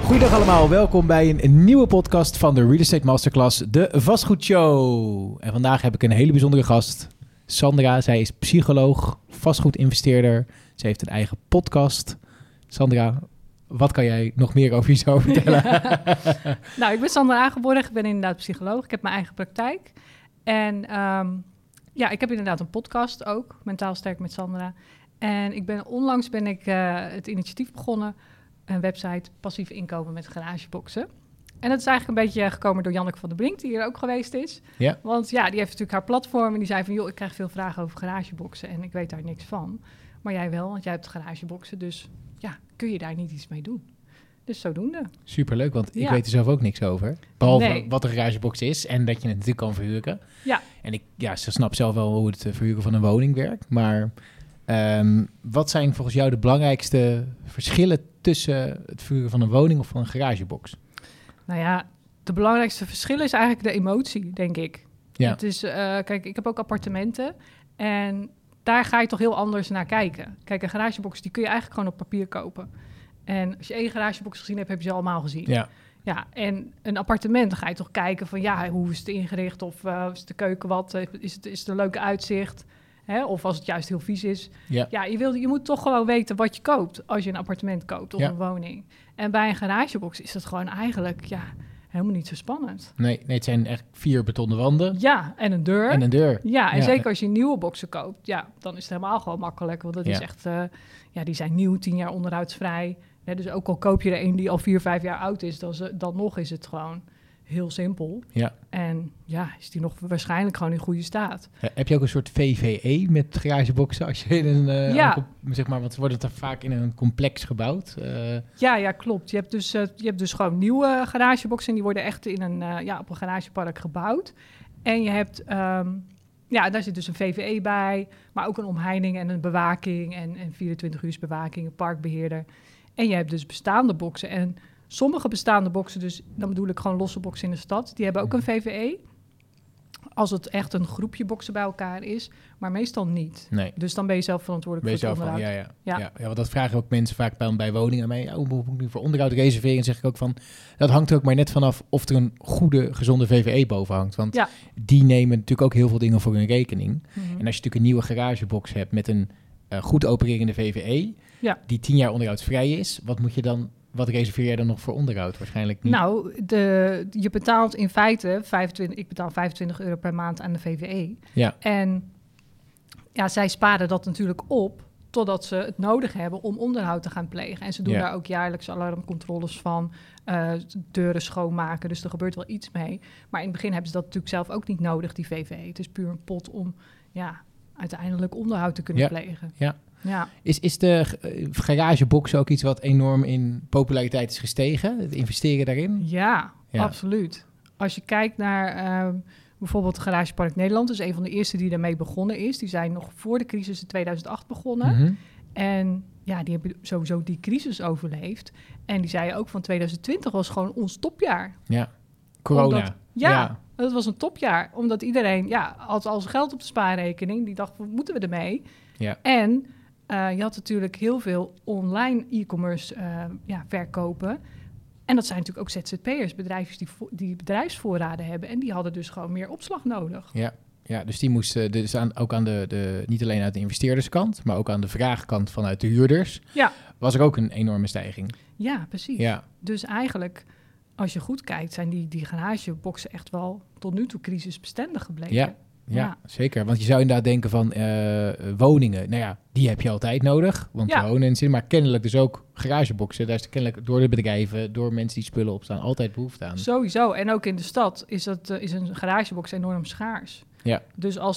Goedendag allemaal, welkom bij een nieuwe podcast van de Real Estate Masterclass, de Vastgoedshow. En vandaag heb ik een hele bijzondere gast, Sandra. Zij is psycholoog, vastgoedinvesteerder. Ze heeft een eigen podcast. Sandra, wat kan jij nog meer over jezelf vertellen? Nou, ik ben Sandra Aangeborg, ik ben inderdaad psycholoog. Ik heb mijn eigen praktijk. En ik heb inderdaad een podcast ook, Mentaal Sterk met Sandra. En onlangs ben ik het initiatief begonnen, een website Passief Inkomen met Garageboxen. En dat is eigenlijk een beetje gekomen door Janneke van der Brink, die hier ook geweest is. Ja. Want ja, die heeft natuurlijk haar platform en die zei van, joh, ik krijg veel vragen over garageboxen en ik weet daar niks van. Maar jij wel, want jij hebt garageboxen, dus ja, kun je daar niet iets mee doen? Dus zodoende. Superleuk, want ik weet er zelf ook niks over. Behalve wat een garagebox is en dat je het natuurlijk kan verhuren. Ja. En ze snap zelf wel hoe het verhuren van een woning werkt. Maar wat zijn volgens jou de belangrijkste verschillen tussen het verhuren van een woning of van een garagebox? Nou ja, de belangrijkste verschil is eigenlijk de emotie, denk ik. Ja. Het is, kijk, ik heb ook appartementen en daar ga je toch heel anders naar kijken. Kijk, een garagebox die kun je eigenlijk gewoon op papier kopen. En als je één garagebox gezien hebt, heb je ze allemaal gezien. Ja. Ja, en een appartement, dan ga je toch kijken van, ja, hoe is het ingericht? Of is de keuken wat? Is het een leuke uitzicht? Hè? Of als het juist heel vies is. Ja, je moet toch gewoon weten wat je koopt als je een appartement koopt of een woning. En bij een garagebox is dat gewoon eigenlijk, helemaal niet zo spannend. Nee, het zijn echt 4 betonnen wanden. Ja, en een deur. Ja, en zeker als je nieuwe boxen koopt, ja, dan is het helemaal gewoon makkelijk. Want dat is echt, die zijn nieuw, 10 jaar onderhoudsvrij. Ja, dus ook al koop je er een die al 4, 5 jaar oud is, dan nog is het gewoon heel simpel. Ja. En ja, is die nog waarschijnlijk gewoon in goede staat. Ja, heb je ook een soort VVE met garageboxen? Als je in een, zeg maar, want wordt het er vaak in een complex gebouwd? Ja, klopt. Je hebt dus gewoon nieuwe garageboxen en die worden echt in op een garagepark gebouwd. En je hebt, daar zit dus een VVE bij, maar ook een omheining en een bewaking en 24 uur bewaking, een parkbeheerder. En je hebt dus bestaande boxen en sommige bestaande boxen, dus dan bedoel ik gewoon losse boxen in de stad, die hebben ook een VVE. Als het echt een groepje boxen bij elkaar is, maar meestal niet. Nee. Dus dan ben je zelf verantwoordelijk voor het onderhoud. Ja, want dat vragen ook mensen vaak bij woningen aan mij. Hoe moet ik nu voor onderhoud reserveren? En zeg ik ook van, dat hangt er ook maar net vanaf of er een goede, gezonde VVE boven hangt. Want die nemen natuurlijk ook heel veel dingen voor hun rekening. Mm-hmm. En als je natuurlijk een nieuwe garagebox hebt met een goed opererende VVE, die 10 jaar onderhoudsvrij is, wat reserveer jij dan nog voor onderhoud? Waarschijnlijk niet. Nou, je betaalt in feite ik betaal €25 per maand aan de VVE. Ja. En zij sparen dat natuurlijk op totdat ze het nodig hebben om onderhoud te gaan plegen. En ze doen daar ook jaarlijks alarmcontroles van, deuren schoonmaken. Dus er gebeurt wel iets mee. Maar in het begin hebben ze dat natuurlijk zelf ook niet nodig, die VVE. Het is puur een pot om uiteindelijk onderhoud te kunnen plegen. Ja. Is de garagebox ook iets wat enorm in populariteit is gestegen? Het investeren daarin? Ja, absoluut. Als je kijkt naar bijvoorbeeld het Garagepark Nederland, is een van de eerste die daarmee begonnen is. Die zijn nog voor de crisis in 2008 begonnen. Mm-hmm. En die hebben sowieso die crisis overleefd. En die zeiden ook van 2020 was gewoon ons topjaar. Ja, corona. Dat was een topjaar. Omdat iedereen had al zijn geld op de spaarrekening. Die dacht, wat moeten we ermee? Ja. En je had natuurlijk heel veel online e-commerce verkopen. En dat zijn natuurlijk ook ZZP'ers, bedrijven die bedrijfsvoorraden hebben. En die hadden dus gewoon meer opslag nodig. Ja, dus die moesten ook aan niet alleen uit de investeerderskant, maar ook aan de vraagkant vanuit de huurders. Ja. Was er ook een enorme stijging. Ja, precies. Ja. Dus eigenlijk, als je goed kijkt, zijn die garageboxen echt wel tot nu toe crisisbestendig gebleken. Ja, zeker. Want je zou inderdaad denken van woningen, die heb je altijd nodig. Want we wonen in zin, maar kennelijk dus ook garageboxen. Daar is kennelijk door de bedrijven, door mensen die spullen opstaan, altijd behoefte aan. Sowieso. En ook in de stad is een garagebox enorm schaars. Ja. Dus als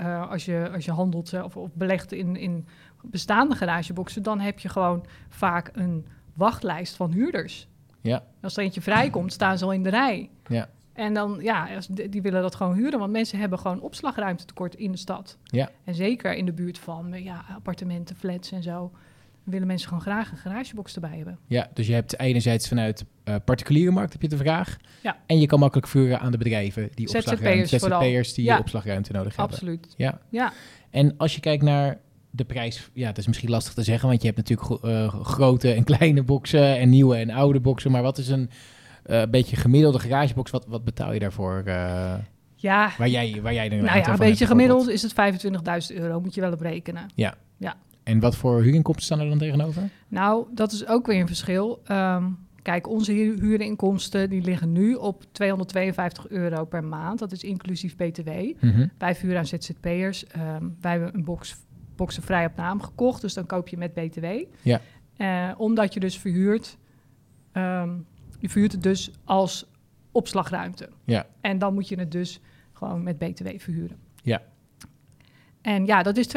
je handelt of belegt in bestaande garageboxen, dan heb je gewoon vaak een wachtlijst van huurders. Ja. Als er eentje vrijkomt, staan ze al in de rij. Ja. En dan, die willen dat gewoon huren, want mensen hebben gewoon opslagruimtetekort in de stad. Ja. En zeker in de buurt van appartementen, flats en zo, willen mensen gewoon graag een garagebox erbij hebben. Ja, dus je hebt enerzijds vanuit particuliere markt heb je de vraag. Ja. En je kan makkelijk vuren aan de bedrijven die ZZP'ers die opslagruimte nodig hebben. Absoluut. Ja. En als je kijkt naar de prijs, het is misschien lastig te zeggen, want je hebt natuurlijk grote en kleine boxen en nieuwe en oude boxen. Maar wat is een beetje gemiddelde garagebox? Wat betaal je daarvoor? Waar jij een beetje gemiddeld is het €25.000, moet je wel op rekenen. Ja. En wat voor huurinkomsten staan er dan tegenover? Nou, dat is ook weer een verschil. Kijk, onze huurinkomsten die liggen nu op €252 per maand. Dat is inclusief BTW. Mm-hmm. Wij verhuren aan ZZP'ers. Wij hebben een boxen vrij op naam gekocht, dus dan koop je met BTW. Ja. Omdat je dus verhuurt, je verhuurt het dus als opslagruimte. Ja. En dan moet je het dus gewoon met BTW verhuren. Ja. En dat is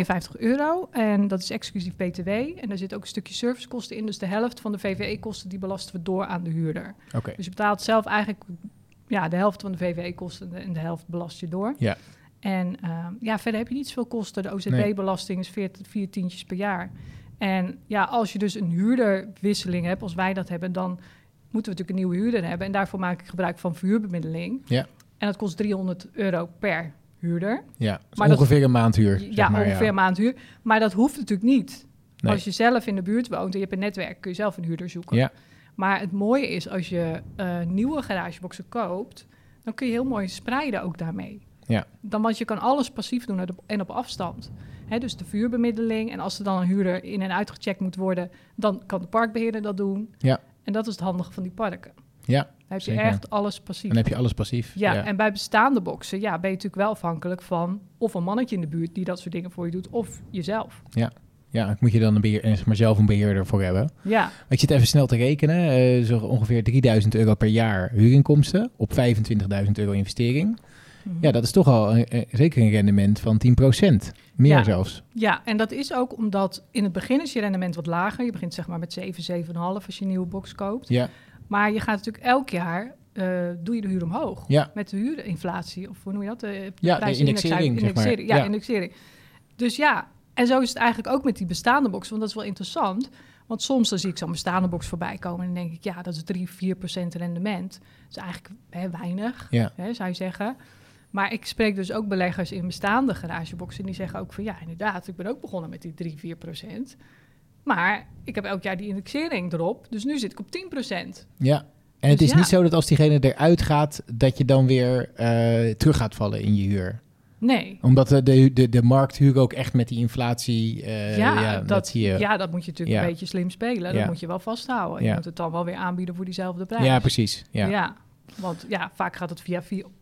€252 en dat is exclusief BTW. En daar zit ook een stukje servicekosten in. Dus de helft van de VVE-kosten die belasten we door aan de huurder. Okay. Dus je betaalt zelf eigenlijk de helft van de VVE-kosten en de helft belast je door. Ja. En verder heb je niet zoveel kosten. De OZB-belasting is 4 tientjes per jaar. En als je dus een huurderwisseling hebt, als wij dat hebben, dan moeten we natuurlijk een nieuwe huurder hebben. En daarvoor maak ik gebruik van verhuurbemiddeling. Ja. En dat kost €300 per huurder. Ja, maar ongeveer een maandhuur. Ongeveer een maandhuur. Maar dat hoeft natuurlijk niet. Nee. Als je zelf in de buurt woont en je hebt een netwerk, kun je zelf een huurder zoeken. Ja. Maar het mooie is, als je nieuwe garageboxen koopt, dan kun je heel mooi spreiden ook daarmee. Ja. Want je kan alles passief doen en op afstand. Dus de verhuurbemiddeling. En als er dan een huurder in- en uitgecheckt moet worden, dan kan de parkbeheerder dat doen. Ja. En dat is het handige van die parken. Ja, Dan heb je zeker. echt alles passief. Dan heb je alles passief. Ja, en bij bestaande boxen ben je natuurlijk wel afhankelijk van of een mannetje in de buurt die dat soort dingen voor je doet, of jezelf. Ja, daar moet je dan zelf een beheerder voor hebben. Ja. Ik zit even snel te rekenen. Zo ongeveer €3.000 per jaar huurinkomsten op €25.000 investering. Mm-hmm. Ja, dat is toch al zeker een rendement van 10%. Meer zelfs. Ja, en dat is ook omdat in het begin is je rendement wat lager. Je begint zeg maar met 7,5 als je een nieuwe box koopt. Ja. Maar je gaat natuurlijk elk jaar, doe je de huur omhoog. Ja. Met de huurinflatie, of hoe noem je dat? De indexering, zeg maar. Ja, indexering. Dus en zo is het eigenlijk ook met die bestaande box. Want dat is wel interessant. Want soms dan zie ik zo'n bestaande box voorbij komen en dan denk ik, dat is 3-4% rendement. Dat is eigenlijk weinig, zou je zeggen. Maar ik spreek dus ook beleggers in bestaande garageboxen en die zeggen ook van, inderdaad, ik ben ook begonnen met die 3-4%. Maar ik heb elk jaar die indexering erop, dus nu zit ik op 10%. Ja, en het is niet zo dat als diegene eruit gaat, dat je dan weer terug gaat vallen in je huur. Nee. Omdat de markthuur ook echt met die inflatie... dat zie je. Ja, dat moet je natuurlijk een beetje slim spelen. Dat moet je wel vasthouden. Je moet het dan wel weer aanbieden voor diezelfde prijs. Ja, precies. Ja, want vaak gaat het via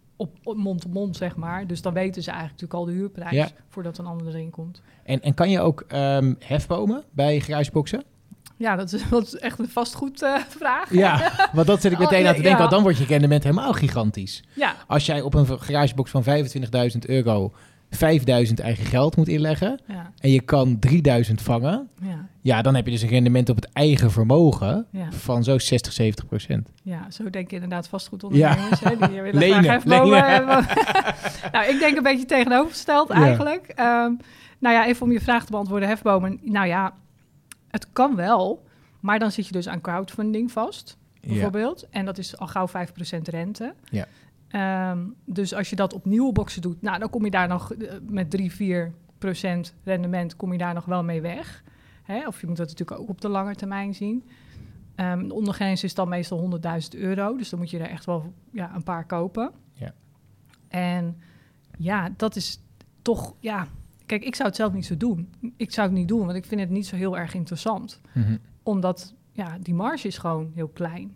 op mond op mond, zeg maar. Dus dan weten ze eigenlijk natuurlijk al de huurprijs voordat een ander erin komt. En kan je ook hefbomen bij garageboxen? Ja, dat is echt een vastgoedvraag. Ja, want dat zit ik meteen aan te denken. Dan wordt je rendement helemaal gigantisch. Ja. Als jij op een garagebox van €25.000 5.000 eigen geld moet inleggen en je kan 3.000 vangen, dan heb je dus een rendement op het eigen vermogen van zo'n 60-70%. Ja, zo denken inderdaad vastgoedondernemers. Ja. Die willen lenen. Nou, ik denk een beetje tegenovergesteld eigenlijk. Even om je vraag te beantwoorden, hefbomen. Het kan wel, maar dan zit je dus aan crowdfunding vast, bijvoorbeeld. En dat is al gauw 5% rente. Ja. Dus als je dat op nieuwe boxen doet, dan kom je daar nog met 3-4% rendement, kom je daar nog wel mee weg. Of je moet dat natuurlijk ook op de lange termijn zien. De ondergrens is dan meestal €100.000, dus dan moet je er echt wel een paar kopen. Ja. En dat is toch, kijk, ik zou het zelf niet zo doen. Ik zou het niet doen, want ik vind het niet zo heel erg interessant. Mm-hmm. Omdat, die marge is gewoon heel klein.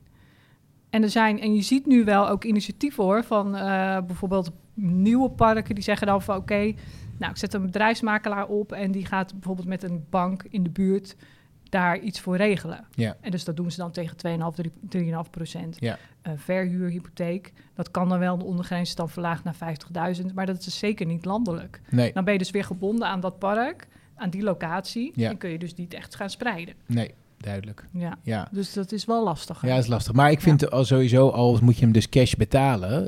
En je ziet nu wel ook initiatieven hoor, van bijvoorbeeld nieuwe parken die zeggen dan van oké, ik zet een bedrijfsmakelaar op en die gaat bijvoorbeeld met een bank in de buurt daar iets voor regelen. Ja. En dus dat doen ze dan tegen 2,5-3,5%. Ja. Verhuurhypotheek, dat kan dan wel, de ondergrens is dan verlaagd naar 50.000, maar dat is zeker niet landelijk. Nee. Dan ben je dus weer gebonden aan dat park, aan die locatie, Ja. en kun je dus niet echt gaan spreiden. Nee, duidelijk. Ja. Dus dat is wel lastig. Ja, dat is lastig. Maar ik vind sowieso, al moet je hem dus cash betalen.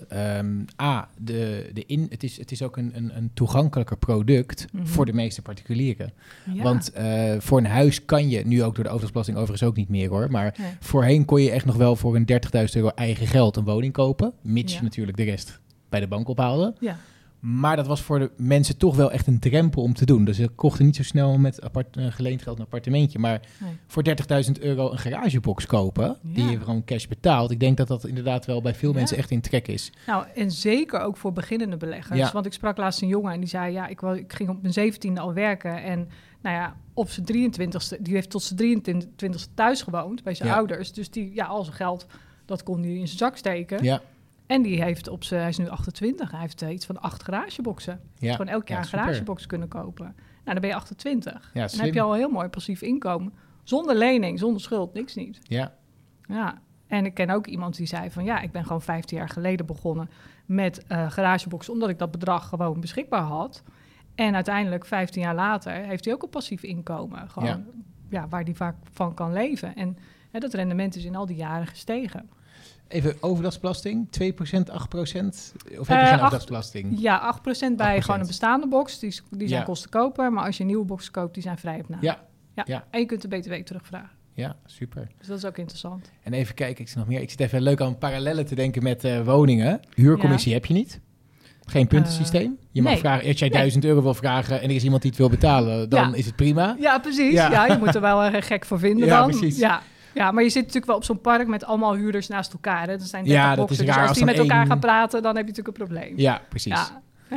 Het is ook een toegankelijker product voor de meeste particulieren. Ja. Want voor een huis kan je, nu ook door de overdrachtsbelasting overigens ook niet meer hoor. Maar voorheen kon je echt nog wel voor een €30.000 eigen geld een woning kopen. Mits je natuurlijk de rest bij de bank ophaalde. Ja. Maar dat was voor de mensen toch wel echt een drempel om te doen. Dus ze kochten niet zo snel met geleend geld een appartementje. Maar voor €30.000 een garagebox kopen, die je gewoon cash betaalt. Ik denk dat dat inderdaad wel bij veel mensen echt in trek is. Nou, en zeker ook voor beginnende beleggers. Ja. Want ik sprak laatst een jongen en die zei, ik ging op mijn 17e al werken. En op zijn 23e, die heeft tot zijn 23e thuis gewoond bij zijn ouders. Dus al zijn geld, dat kon hij in zijn zak steken. Ja. En die heeft hij is nu 28, hij heeft iets van 8 garageboxen. Dus gewoon elk jaar een garagebox kunnen kopen. Nou, dan ben je 28. Ja, dan heb je al een heel mooi passief inkomen. Zonder lening, zonder schuld, niks niet. Ja. En ik ken ook iemand die zei van, ik ben gewoon 15 jaar geleden begonnen met garageboxen, omdat ik dat bedrag gewoon beschikbaar had. En uiteindelijk, 15 jaar later, heeft hij ook een passief inkomen. Gewoon, waar hij vaak van kan leven. En dat rendement is in al die jaren gestegen. Even overnachtsbelasting, 2%, 8%? Of heb je geen overnachtsbelasting? Ja, 8% bij 8%. Gewoon een bestaande box. Die zijn kostenkoper. Maar als je een nieuwe box koopt, die zijn vrij op na. Ja. En je kunt de BTW terugvragen. Ja, super. Dus dat is ook interessant. En even kijken, ik zie nog meer. Ik zit even leuk aan parallellen te denken met woningen. Huurcommissie heb je niet. Geen puntensysteem. Je mag vragen, als jij €1.000 wil vragen en er is iemand die het wil betalen, dan is het prima. Ja, precies. Ja, je moet er wel gek voor vinden dan. Precies. Ja, maar je zit natuurlijk wel op zo'n park met allemaal huurders naast elkaar. Hè? Dat zijn 30 boxen. Dus als die met elkaar gaan praten, dan heb je natuurlijk een probleem. Ja, precies.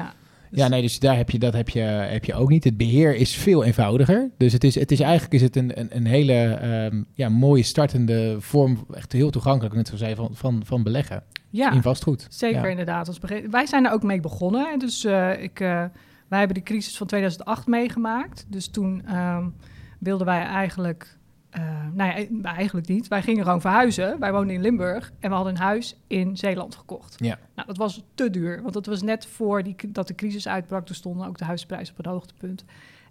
Dus daar heb je ook niet. Het beheer is veel eenvoudiger. Dus het is eigenlijk een hele mooie startende vorm, echt heel toegankelijk, net zoals zei, van beleggen. Ja, in vastgoed. Zeker inderdaad. Wij zijn er ook mee begonnen. Dus wij hebben de crisis van 2008 meegemaakt. Dus toen wilden wij eigenlijk... eigenlijk niet. Wij gingen gewoon verhuizen. Wij woonden in Limburg en we hadden een huis in Zeeland gekocht. Ja. Nou, dat was te duur, want dat was net voor dat de crisis uitbrak. Toen stonden ook de huisprijzen op het hoogtepunt.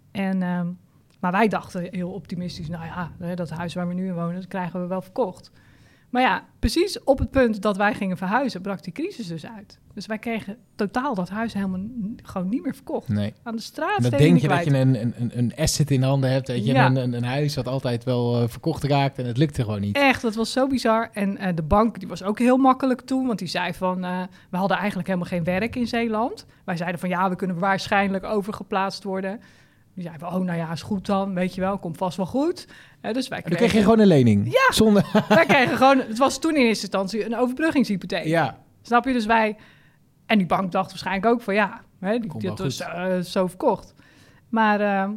Maar wij dachten heel optimistisch, dat huis waar we nu in wonen, dat krijgen we wel verkocht. Maar ja, precies op het punt dat wij gingen verhuizen, brak die crisis dus uit. Dus wij kregen totaal dat huis helemaal gewoon niet meer verkocht. Nee. Aan de straat. Dan denk je dat je een asset in handen hebt. Dat je een huis dat altijd wel verkocht raakt en het lukte gewoon niet. Echt, dat was zo bizar. En de bank die was ook heel makkelijk toen. Want die zei van, we hadden eigenlijk helemaal geen werk in Zeeland. Wij zeiden van, we kunnen waarschijnlijk overgeplaatst worden. Die zei van, is goed dan, weet je wel, komt vast wel goed. Dus wij kregen... Dan kreeg je gewoon een lening? Ja, zonder... wij kregen gewoon, het was toen in eerste instantie een overbruggingshypotheek. Ja. Snap je? Dus wij... En die bank dacht waarschijnlijk ook van, die had dus zo verkocht. Maar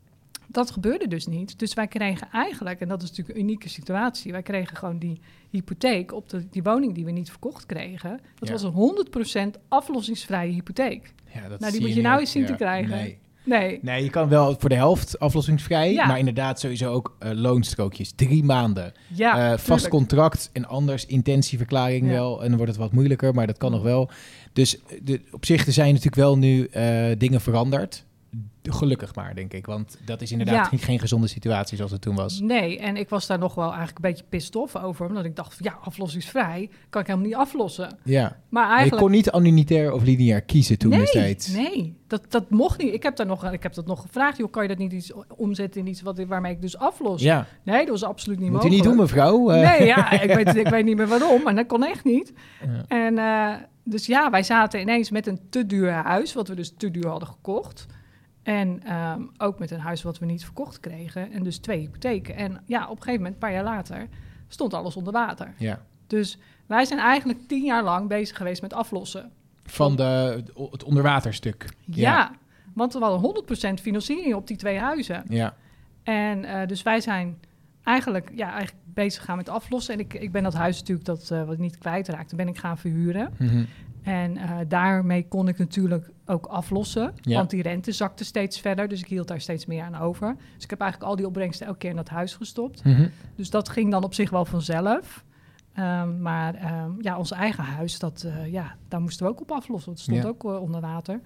dat gebeurde dus niet. Dus wij kregen eigenlijk, en dat is natuurlijk een unieke situatie, wij kregen gewoon die hypotheek op die woning die we niet verkocht kregen. Dat was een 100% aflossingsvrije hypotheek. Ja, die moet je nou eens zien te krijgen. Nee, je kan wel voor de helft aflossingsvrij, maar inderdaad sowieso ook loonstrookjes. 3 maanden. Ja, vast contract en anders intentieverklaring wel. En dan wordt het wat moeilijker, maar dat kan nog wel. Dus op zich er zijn natuurlijk wel nu dingen veranderd. Gelukkig maar, denk ik. Want dat is inderdaad geen gezonde situatie zoals het toen was. Nee, en ik was daar nog wel eigenlijk een beetje pissed off over. Omdat ik dacht, aflossingsvrij kan ik helemaal niet aflossen. Ja, maar eigenlijk... je kon niet annuitair of lineair kiezen toen destijds. Nee, dat mocht niet. Ik heb dat nog gevraagd. Joh, kan je dat niet iets omzetten in iets waarmee ik dus aflos? Ja. Nee, dat was absoluut niet mogelijk. Moet je niet doen, mevrouw? Nee, ik weet niet meer waarom. Maar dat kon echt niet. Ja. En dus wij zaten ineens met een te duur huis. Wat we dus te duur hadden gekocht. En ook met een huis wat we niet verkocht kregen. En dus 2 hypotheken. En op een gegeven moment, een paar jaar later, stond alles onder water. Ja. Dus wij zijn eigenlijk 10 jaar lang bezig geweest met aflossen. Van het onderwaterstuk. Ja, want we hadden 100% financiering op die 2 huizen. Ja. En dus wij zijn eigenlijk bezig gaan met aflossen. En ik ben dat huis natuurlijk, wat ik niet kwijtraakte, ben ik gaan verhuren. Mm-hmm. En daarmee kon ik natuurlijk ook aflossen. Ja. Want die rente zakte steeds verder. Dus ik hield daar steeds meer aan over. Dus ik heb eigenlijk al die opbrengsten elke keer in dat huis gestopt. Mm-hmm. Dus dat ging dan op zich wel vanzelf. Maar ons eigen huis, daar moesten we ook op aflossen. Het stond ook onder water.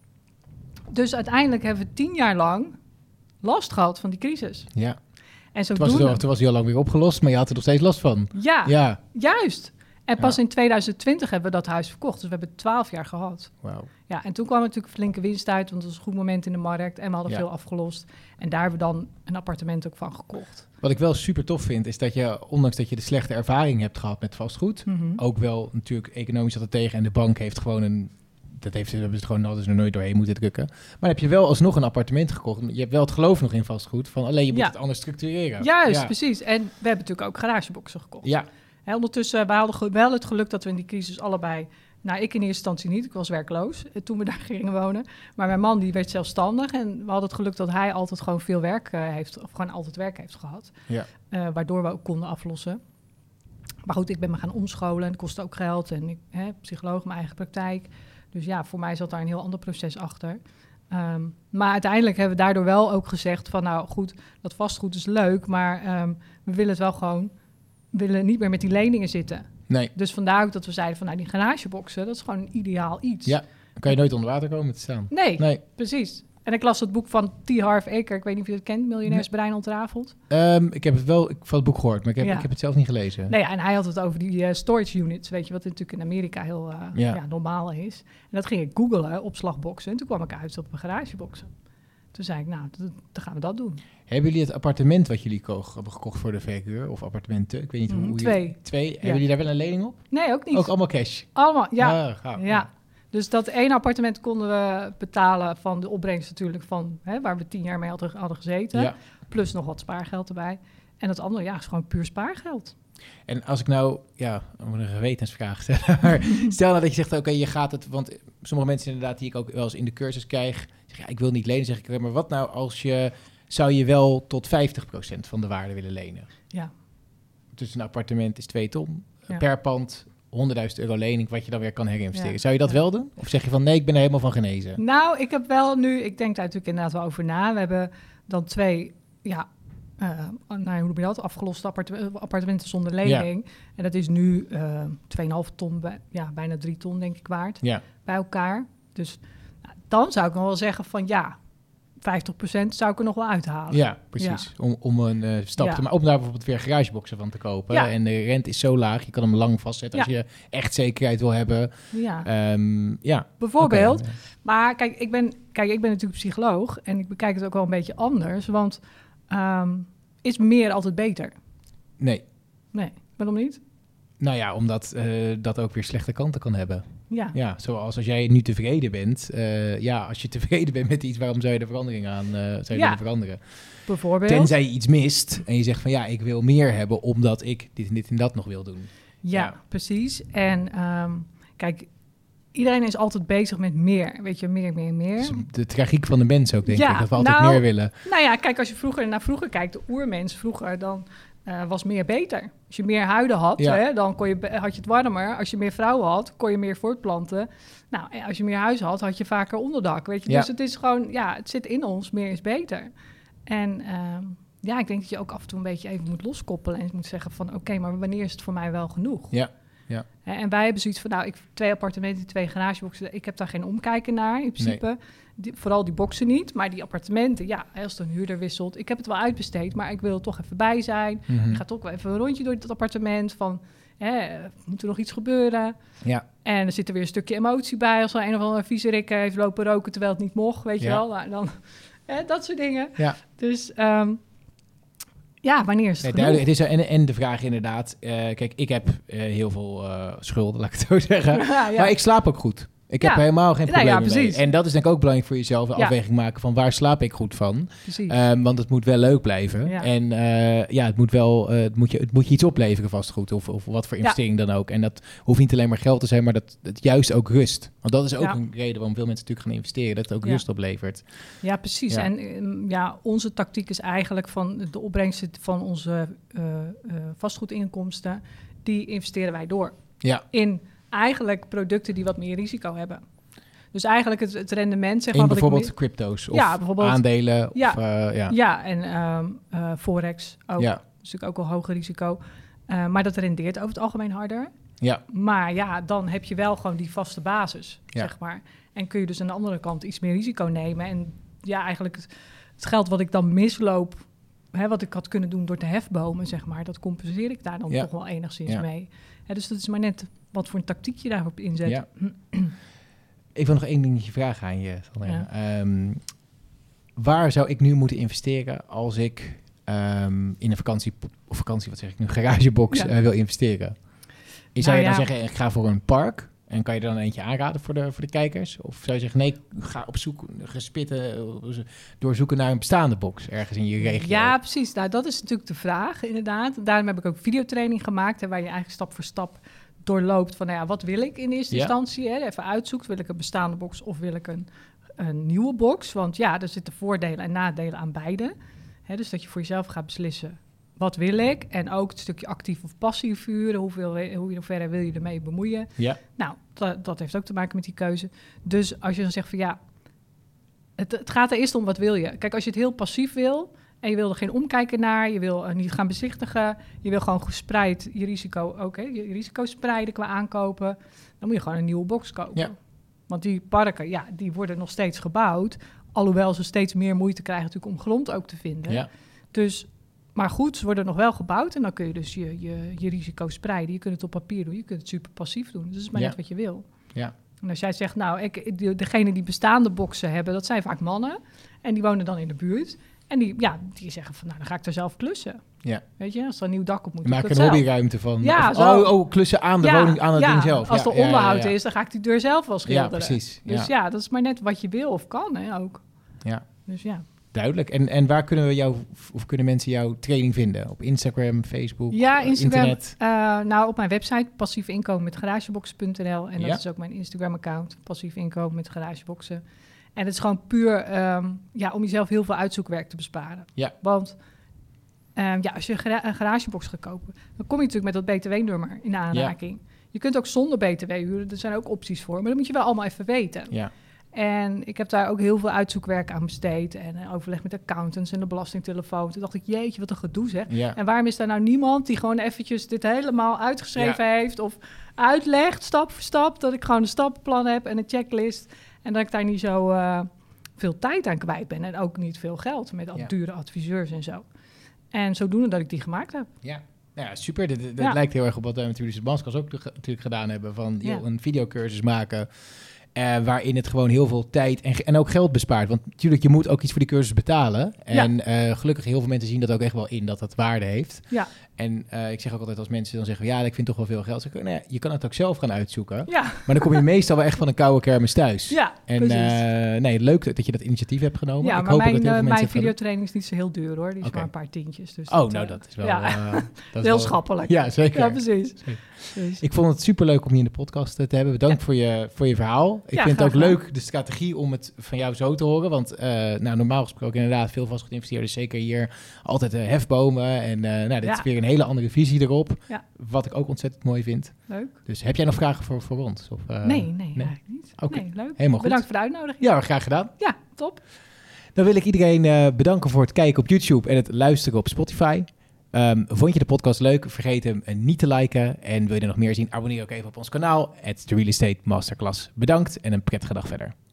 Dus uiteindelijk hebben we 10 jaar lang last gehad van die crisis. Ja. En toen was hij al lang weer opgelost, maar je had er nog steeds last van. Ja. Juist. En pas in 2020 hebben we dat huis verkocht. Dus we hebben 12 jaar gehad. Wow. Ja, en toen kwam natuurlijk flinke winst uit, want het was een goed moment in de markt. En we hadden veel afgelost. En daar hebben we dan een appartement ook van gekocht. Wat ik wel super tof vind, is dat je, ondanks dat je de slechte ervaring hebt gehad met vastgoed, ook wel natuurlijk economisch had het tegen. En de bank heeft gewoon een dat hebben ze gewoon altijd nog nooit doorheen moeten drukken. Maar dan heb je wel alsnog een appartement gekocht. Je hebt wel het geloof nog in vastgoed. Van alleen je moet het anders structureren. Juist, precies. En we hebben natuurlijk ook garageboxen gekocht. Ja. Ondertussen, we hadden wel het geluk dat we in die crisis allebei... Nou, ik in eerste instantie niet. Ik was werkloos toen we daar gingen wonen. Maar mijn man die werd zelfstandig. En we hadden het geluk dat hij altijd gewoon veel werk heeft... of gewoon altijd werk heeft gehad. Ja. Waardoor we ook konden aflossen. Maar goed, ik ben me gaan omscholen. En het kostte ook geld. En ik psycholoog, mijn eigen praktijk. Dus ja, voor mij zat daar een heel ander proces achter. Maar uiteindelijk hebben we daardoor wel ook gezegd van... nou goed, dat vastgoed is leuk, maar we willen het wel gewoon... we willen niet meer met die leningen zitten. Nee. Dus vandaar ook dat we zeiden van... nou, die garageboxen, dat is gewoon een ideaal iets. Ja, dan kan je nooit onder water komen te staan. Nee, precies. En ik las het boek van T. Harv Eker. Ik weet niet of je het kent, Miljonairsbrein ontrafeld. Ik heb het wel van het boek gehoord, maar ik heb het zelf niet gelezen. Nee, en hij had het over die storage units, weet je, wat natuurlijk in Amerika heel normaal is. En dat ging ik googlen, opslagboxen. En toen kwam ik uit op een garageboxen. Toen zei ik, nou, dan gaan we dat doen. Hebben jullie het appartement wat jullie hebben gekocht voor de verhuur? Of appartementen? Ik weet niet hoe. Twee. Hebben jullie daar wel een lening op? Nee, ook niet. Ook allemaal cash? Allemaal, ja. Gaaf. Ja. Dus dat ene appartement konden we betalen van de opbrengst natuurlijk van... waar we 10 jaar mee hadden gezeten. Ja. Plus nog wat spaargeld erbij. En het andere, is gewoon puur spaargeld. En als ik nou, een gewetensvraag stellen. Maar stel nou dat je zegt, oké, je gaat het... Want sommige mensen inderdaad die ik ook wel eens in de cursus krijg... zeggen, ik wil niet lenen. Zeg ik, maar wat nou als zou je wel tot 50% van de waarde willen lenen? Ja. Dus een appartement is 2 ton. Per pand... €100.000 lening, wat je dan weer kan herinvesteren. Ja. Zou je dat wel doen? Of zeg je van, nee, ik ben er helemaal van genezen? Nou, ik heb wel nu... Ik denk daar natuurlijk inderdaad wel over na. We hebben dan 2... hoe noem je dat? Afgeloste appartementen zonder lening. Ja. En dat is nu 2,5 ton, bijna 3 ton denk ik waard. Ja. Bij elkaar. Dus dan zou ik nog wel zeggen van 50% zou ik er nog wel uithalen. Ja, precies. Ja. Om een stap te maken. Om daar bijvoorbeeld weer garageboxen van te kopen. Ja. En de rente is zo laag. Je kan hem lang vastzetten als je echt zekerheid wil hebben. Ja. Bijvoorbeeld. Okay. Maar kijk, ik ben natuurlijk psycholoog. En ik bekijk het ook wel een beetje anders. Want is meer altijd beter? Nee. Waarom niet? Nou ja, omdat dat ook weer slechte kanten kan hebben. Ja, zoals als jij nu tevreden bent. Als je tevreden bent met iets, waarom zou je de verandering aan willen veranderen? Bijvoorbeeld. Tenzij je iets mist en je zegt van ik wil meer hebben omdat ik dit en dat nog wil doen. Ja. Precies. En kijk, iedereen is altijd bezig met meer. Weet je, meer. Dat is de tragiek van de mens ook, denk ik. Dat we altijd meer willen. Nou ja, kijk, als je naar vroeger kijkt, de oermens vroeger, dan was meer beter. Als je meer huiden had, dan had je het warmer. Als je meer vrouwen had, kon je meer voortplanten. Nou, als je meer huis had je vaker onderdak. Weet je? Ja. Dus het is gewoon, het zit in ons, meer is beter. En ik denk dat je ook af en toe een beetje even moet loskoppelen en moet zeggen van oké, maar wanneer is het voor mij wel genoeg? Ja. En wij hebben zoiets van, 2 appartementen, 2 garageboxen. Ik heb daar geen omkijken naar, in principe. Nee. Vooral die boxen niet, maar die appartementen, als de huurder wisselt. Ik heb het wel uitbesteed, maar ik wil er toch even bij zijn. Ik ga toch wel even een rondje door dat appartement van, moet er nog iets gebeuren? Ja. En er zit er weer een stukje emotie bij, als er een of andere viezerik heeft lopen roken terwijl het niet mocht, weet je wel. Nou, dan, dat soort dingen. Ja. Dus... wanneer is het duidelijk. Het is en de vraag inderdaad... kijk, ik heb heel veel schulden, laat ik het zo zeggen. Maar ik slaap ook goed. Ik heb helemaal geen probleem mee. En dat is denk ik ook belangrijk voor jezelf. Een afweging maken van waar slaap ik goed van. Want het moet wel leuk blijven. Ja. En het moet wel... het moet je iets opleveren vastgoed. Of wat voor investering dan ook. En dat hoeft niet alleen maar geld te zijn, maar dat het juist ook rust. Want dat is ook een reden waarom veel mensen natuurlijk gaan investeren. Dat het ook rust oplevert. Ja, precies. Ja. En onze tactiek is eigenlijk van de opbrengst van onze vastgoedinkomsten. Die investeren wij door. Ja. In eigenlijk producten die wat meer risico hebben. Dus eigenlijk het rendement... Zeg maar, bijvoorbeeld crypto's of aandelen. Ja, en forex ook. Ja. Dat is natuurlijk ook wel hoger risico. Maar dat rendeert over het algemeen harder. Ja. Maar dan heb je wel gewoon die vaste basis, zeg maar. En kun je dus aan de andere kant iets meer risico nemen. En eigenlijk het geld wat ik dan misloop... wat ik had kunnen doen door te hefbomen, zeg maar... dat compenseer ik daar dan toch wel enigszins mee. Dus dat is maar net... wat voor een tactiek je daarop inzet. Ja. Ik wil nog 1 dingetje vragen aan je. Waar zou ik nu moeten investeren als ik in een garagebox wil investeren? Zou je dan zeggen, ik ga voor een park? En kan je er dan eentje aanraden voor de kijkers? Of zou je zeggen, nee, ga op zoek, doorzoeken naar een bestaande box ergens in je regio? Ja, precies. Nou, dat is natuurlijk de vraag, inderdaad. Daarom heb ik ook videotraining gemaakt, waar je eigenlijk stap voor stap doorloopt van, wat wil ik in eerste instantie? Hè? Even uitzoekt, wil ik een bestaande box of wil ik een nieuwe box? Want er zitten voordelen en nadelen aan beide. Hè, dus dat je voor jezelf gaat beslissen, wat wil ik? En ook het stukje actief of passief vuren. Hoe ver wil je ermee bemoeien? Ja. Nou, dat heeft ook te maken met die keuze. Dus als je dan zegt van het gaat er eerst om wat wil je. Kijk, als je het heel passief wil en je wil er geen omkijken naar, je wil niet gaan bezichtigen, je wil gewoon gespreid je risico je risico spreiden qua aankopen, dan moet je gewoon een nieuwe box kopen. Ja. Want die parken, die worden nog steeds gebouwd, alhoewel ze steeds meer moeite krijgen natuurlijk om grond ook te vinden. Ja. Dus, maar goed, ze worden nog wel gebouwd en dan kun je dus je risico spreiden. Je kunt het op papier doen, je kunt het super passief doen. Dus dat is maar net wat je wil. Ja. En als jij zegt, degene die bestaande boxen hebben, dat zijn vaak mannen. En die wonen dan in de buurt. En die zeggen van, dan ga ik er zelf klussen. Ja. Weet je, als er een nieuw dak op moet. Maak een hobbyruimte van. Ja, klussen aan de woning, aan het ding zelf. Als er onderhoud is, dan ga ik die deur zelf wel schilderen. Ja, precies. Dus dat is maar net wat je wil of kan, hè, ook. Ja. Dus ja. Duidelijk. En waar kunnen mensen jouw training vinden? Op Instagram, Facebook, Instagram, internet? op mijn website passiefeinkomenmetgarageboxen.nl. En dat is ook mijn Instagram-account, passief inkomen met garageboxen. En het is gewoon puur om jezelf heel veel uitzoekwerk te besparen. Ja. Want als je een garagebox gaat kopen, dan kom je natuurlijk met dat BTW-nummer in de aanraking. Ja. Je kunt ook zonder BTW huren, er zijn ook opties voor. Maar dat moet je wel allemaal even weten. Ja. En ik heb daar ook heel veel uitzoekwerk aan besteed. En overleg met accountants en de belastingtelefoon. Toen dacht ik, jeetje, wat een gedoe zeg. Ja. En waarom is daar nou niemand die gewoon eventjes dit helemaal uitgeschreven heeft... of uitlegt, stap voor stap, dat ik gewoon een stappenplan heb en een checklist... en dat ik daar niet zo veel tijd aan kwijt ben. En ook niet veel geld met dure adviseurs en zo. En zodoende dat ik die gemaakt heb. Ja. Ja, super. Dit lijkt heel erg op wat wij met Julius Banskas ook natuurlijk gedaan hebben. Van een videocursus maken... waarin het gewoon heel veel tijd en ook geld bespaart. Want natuurlijk, je moet ook iets voor die cursus betalen. En gelukkig heel veel mensen zien dat ook echt wel in, dat dat waarde heeft. Ja. En ik zeg ook altijd als mensen dan zeggen... ik vind toch wel veel geld. Zeg ik, je kan het ook zelf gaan uitzoeken. Ja. Maar dan kom je meestal wel echt van een koude kermis thuis. Ja, en leuk dat je dat initiatief hebt genomen. Ja, ik maar hoop mijn videotraining is niet zo heel duur, hoor. Die is maar een paar tientjes. Dus dat is wel... dat is heel schappelijk. Ja, zeker. Ja, precies. Dus. Ik vond het superleuk om je in de podcast te hebben. Bedankt voor je verhaal. Ik vind het ook leuk, de strategie, om het van jou zo te horen. Want normaal gesproken inderdaad veel vastgoedinvesteerders, zeker hier, altijd hefbomen. En dit is weer een hele andere visie erop. Ja. Wat ik ook ontzettend mooi vind. Leuk. Dus heb jij nog vragen voor ons? Of, nee, eigenlijk niet. Okay. Nee, leuk. Helemaal goed. Bedankt voor de uitnodiging. Ja, graag gedaan. Ja, top. Dan wil ik iedereen bedanken voor het kijken op YouTube en het luisteren op Spotify. Vond je de podcast leuk? Vergeet hem niet te liken. En wil je er nog meer zien? Abonneer ook even op ons kanaal. @TheRealEstateMasterclass. Bedankt en een prettige dag verder.